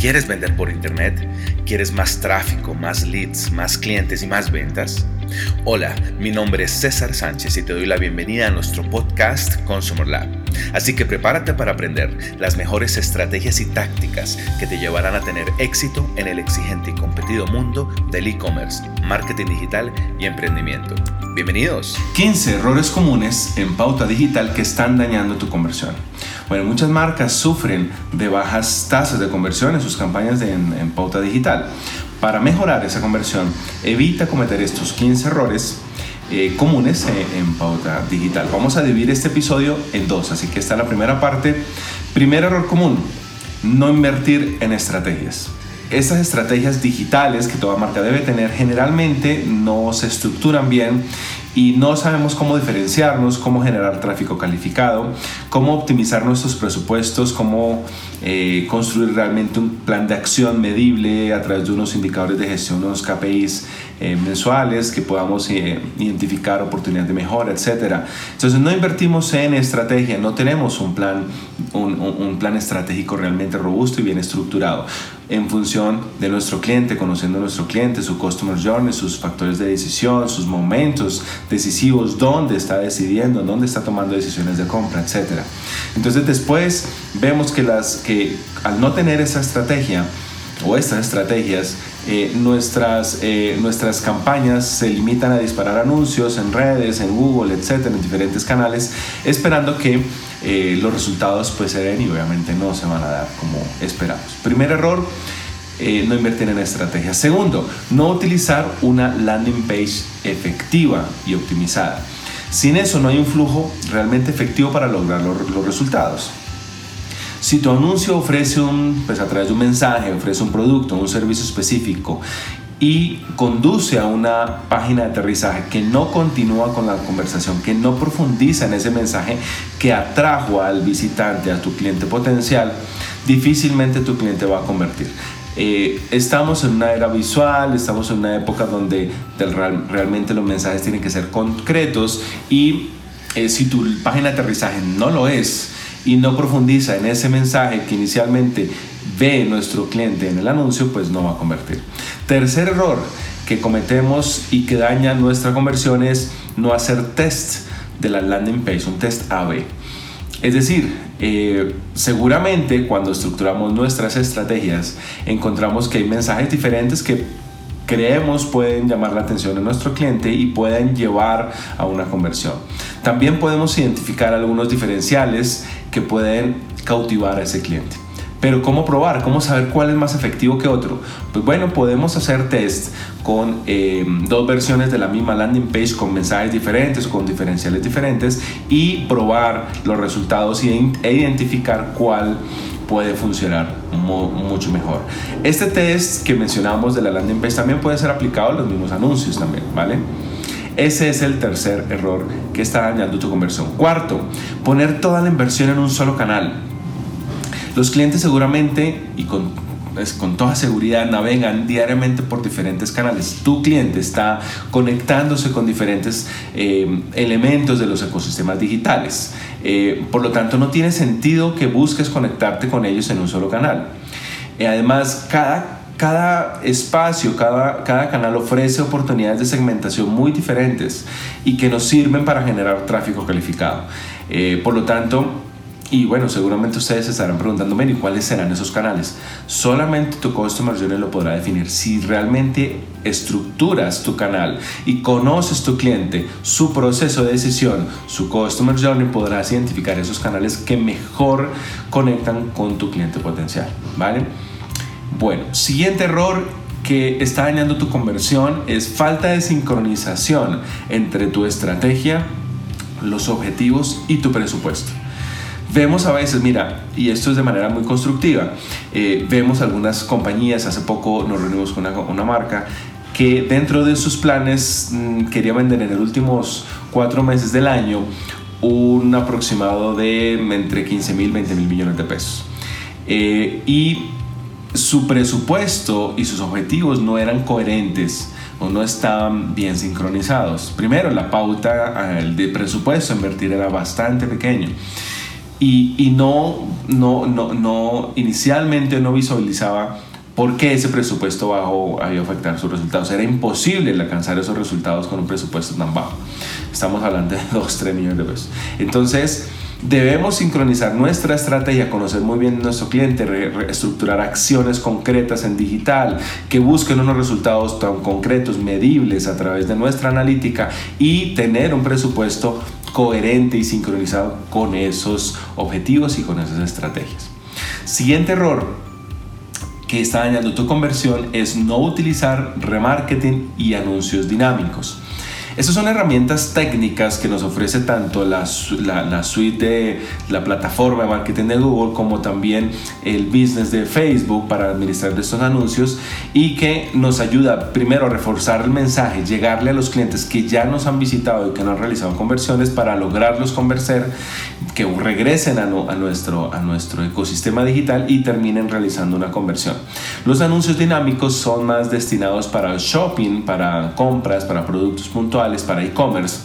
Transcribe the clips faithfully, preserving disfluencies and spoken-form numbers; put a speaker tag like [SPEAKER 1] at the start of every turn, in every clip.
[SPEAKER 1] ¿Quieres vender por internet? ¿Quieres más tráfico, más leads, más clientes y más ventas? Hola, mi nombre es César Sánchez y te doy la bienvenida a nuestro podcast Consumer Lab. Así que prepárate para aprender las mejores estrategias y tácticas que te llevarán a tener éxito en el exigente y competido mundo del e-commerce, marketing digital y emprendimiento. Bienvenidos.
[SPEAKER 2] quince errores comunes en pauta digital que están dañando tu conversión. Bueno, muchas marcas sufren de bajas tasas de conversión en sus campañas de, en, en pauta digital. Para mejorar esa conversión, evita cometer estos quince errores eh, comunes en, en pauta digital. Vamos a dividir este episodio en dos, así que esta es la primera parte. Primer error común: no invertir en estrategias. Estas estrategias digitales que toda marca debe tener generalmente no se estructuran bien y no sabemos cómo diferenciarnos, cómo generar tráfico calificado, cómo optimizar nuestros presupuestos, cómo eh, construir realmente un plan de acción medible a través de unos indicadores de gestión, unos K P Is eh, mensuales que podamos eh, identificar oportunidades de mejora, etcétera. Entonces no invertimos en estrategia, no tenemos un plan, un, un, un plan estratégico realmente robusto y bien estructurado en función de nuestro cliente, conociendo a nuestro cliente, su customer journey, sus factores de decisión, sus momentos decisivos, dónde está decidiendo, dónde está tomando decisiones de compra, etcétera. Entonces después vemos que, las, que al no tener esa estrategia o estas estrategias, eh, nuestras, eh, nuestras campañas se limitan a disparar anuncios en redes, en Google, etcétera, en diferentes canales, esperando que eh, los resultados pues se den y obviamente no se van a dar como esperamos. Primer error: Eh, no invertir en estrategias. Segundo, no utilizar una landing page efectiva y optimizada. Sin eso no hay un flujo realmente efectivo para lograr los, los resultados. Si tu anuncio ofrece un, pues a través de un mensaje, ofrece un producto, un servicio específico y conduce a una página de aterrizaje que no continúa con la conversación, que no profundiza en ese mensaje que atrajo al visitante, a tu cliente potencial, difícilmente tu cliente va a convertir. Eh, estamos en una era visual, estamos en una época donde del real, realmente los mensajes tienen que ser concretos y eh, si tu página de aterrizaje no lo es y no profundiza en ese mensaje que inicialmente ve nuestro cliente en el anuncio, pues no va a convertir. Tercer error que cometemos y que daña nuestra conversión es no hacer test de la landing page, un test A B. Es decir, eh, seguramente cuando estructuramos nuestras estrategias encontramos que hay mensajes diferentes que creemos pueden llamar la atención de nuestro cliente y pueden llevar a una conversión. También podemos identificar algunos diferenciales que pueden cautivar a ese cliente. Pero ¿cómo probar? ¿Cómo saber cuál es más efectivo que otro? Pues bueno, podemos hacer test con eh, dos versiones de la misma landing page con mensajes diferentes, con diferenciales diferentes y probar los resultados e identificar cuál puede funcionar mo- mucho mejor. Este test que mencionamos de la landing page también puede ser aplicado a los mismos anuncios también, ¿vale? Ese es el tercer error que está dañando tu conversión. Cuarto, poner toda la inversión en un solo canal. Los clientes seguramente y con, pues, con toda seguridad navegan diariamente por diferentes canales. Tu cliente está conectándose con diferentes eh, elementos de los ecosistemas digitales. Eh, por lo tanto, no tiene sentido que busques conectarte con ellos en un solo canal. Eh, además, cada Cada espacio, cada, cada canal ofrece oportunidades de segmentación muy diferentes y que nos sirven para generar tráfico calificado. Eh, por lo tanto, y bueno, seguramente ustedes se estarán preguntando, ¿y cuáles serán esos canales? Solamente tu Customer Journey lo podrá definir. Si realmente estructuras tu canal y conoces tu cliente, su proceso de decisión, su Customer Journey, podrás identificar esos canales que mejor conectan con tu cliente potencial, ¿vale? Bueno, siguiente error que está dañando tu conversión es falta de sincronización entre tu estrategia, los objetivos y tu presupuesto. Vemos a veces, mira, y esto es de manera muy constructiva, eh, vemos algunas compañías, hace poco nos reunimos con una, una marca que dentro de sus planes mmm, quería vender en los últimos cuatro meses del año un aproximado de entre quince mil y veinte mil millones de pesos. Eh, y su presupuesto y sus objetivos no eran coherentes o no estaban bien sincronizados. Primero, la pauta el de presupuesto a invertir era bastante pequeño. y, y no, no, no, no, inicialmente no visualizaba por qué ese presupuesto bajo había afectado sus resultados. Era imposible alcanzar esos resultados con un presupuesto tan bajo. Estamos hablando de dos, tres millones de pesos. Entonces, debemos sincronizar nuestra estrategia, conocer muy bien a nuestro cliente, re- reestructurar acciones concretas en digital que busquen unos resultados tan concretos, medibles a través de nuestra analítica y tener un presupuesto coherente y sincronizado con esos objetivos y con esas estrategias. Siguiente error que está dañando tu conversión es no utilizar remarketing y anuncios dinámicos. Estas son herramientas técnicas que nos ofrece tanto la, la, la suite de la plataforma de marketing de Google como también el business de Facebook para administrar estos anuncios y que nos ayuda primero a reforzar el mensaje, llegarle a los clientes que ya nos han visitado y que no han realizado conversiones para lograrlos convencer, que regresen a, no, a, nuestro, a nuestro ecosistema digital y terminen realizando una conversión. Los anuncios dinámicos son más destinados para shopping, para compras, para productos puntuales, para e-commerce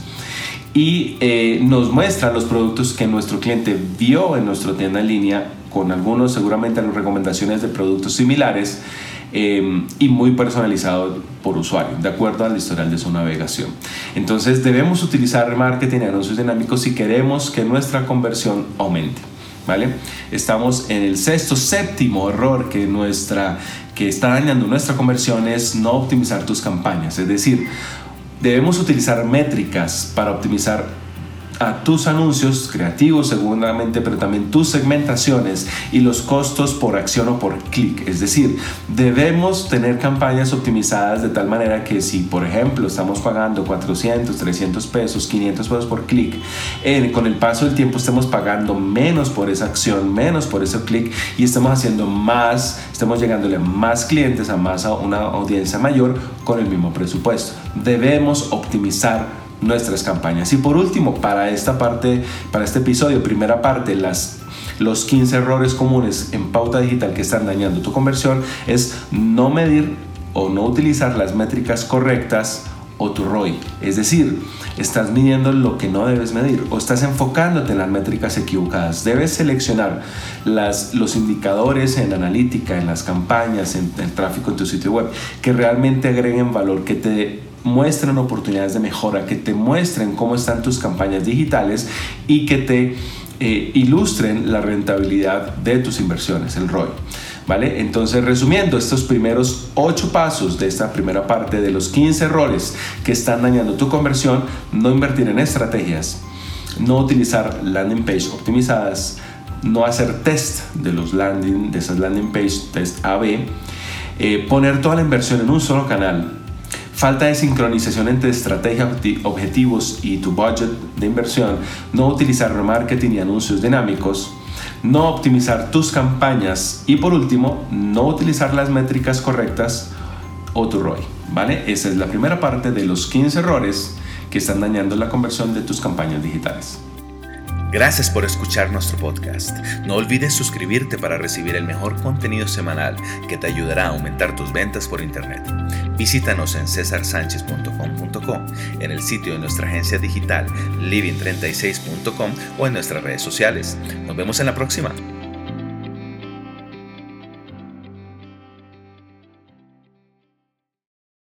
[SPEAKER 2] y eh, nos muestran los productos que nuestro cliente vio en nuestra tienda en línea, con algunos seguramente las recomendaciones de productos similares eh, y muy personalizado por usuario, de acuerdo al historial de su navegación. Entonces debemos utilizar marketing y anuncios dinámicos si queremos que nuestra conversión aumente. ¿Vale? Estamos en el sexto, séptimo error que, nuestra, que está dañando nuestra conversión es no optimizar tus campañas, es decir, debemos utilizar métricas para optimizar a tus anuncios creativos seguramente, pero también tus segmentaciones y los costos por acción o por clic. Es decir, debemos tener campañas optimizadas de tal manera que si, por ejemplo, estamos pagando cuatrocientos, trescientos pesos, quinientos pesos por clic, eh, con el paso del tiempo estemos pagando menos por esa acción, menos por ese clic y estemos haciendo más, estemos llegándole a más clientes, a más a una audiencia mayor con el mismo presupuesto. Debemos optimizar nuestras campañas. Y por último, para esta parte, para este episodio, primera parte, las, los quince errores comunes en pauta digital que están dañando tu conversión es no medir o no utilizar las métricas correctas o tu R O I. Es decir, estás midiendo lo que no debes medir o estás enfocándote en las métricas equivocadas. Debes seleccionar las, los indicadores en analítica, en las campañas, en el tráfico en tu sitio web, que realmente agreguen valor, que te muestren oportunidades de mejora, que te muestren cómo están tus campañas digitales y que te eh, ilustren la rentabilidad de tus inversiones, el R O I. ¿Vale? Entonces, resumiendo estos primeros ocho pasos de esta primera parte de los quince errores que están dañando tu conversión: no invertir en estrategias, no utilizar landing page optimizadas, no hacer test de los landing, de esas landing page, test A B, eh, poner toda la inversión en un solo canal, falta de sincronización entre estrategia, objetivos y tu budget de inversión, no utilizar remarketing y anuncios dinámicos, no optimizar tus campañas y por último, no utilizar las métricas correctas o tu R O I, ¿vale? Esa es la primera parte de los quince errores que están dañando la conversión de tus campañas digitales.
[SPEAKER 1] Gracias por escuchar nuestro podcast. No olvides suscribirte para recibir el mejor contenido semanal que te ayudará a aumentar tus ventas por internet. Visítanos en cesar sánchez punto com punto co, en el sitio de nuestra agencia digital living treinta y seis punto com o en nuestras redes sociales. Nos vemos en la próxima.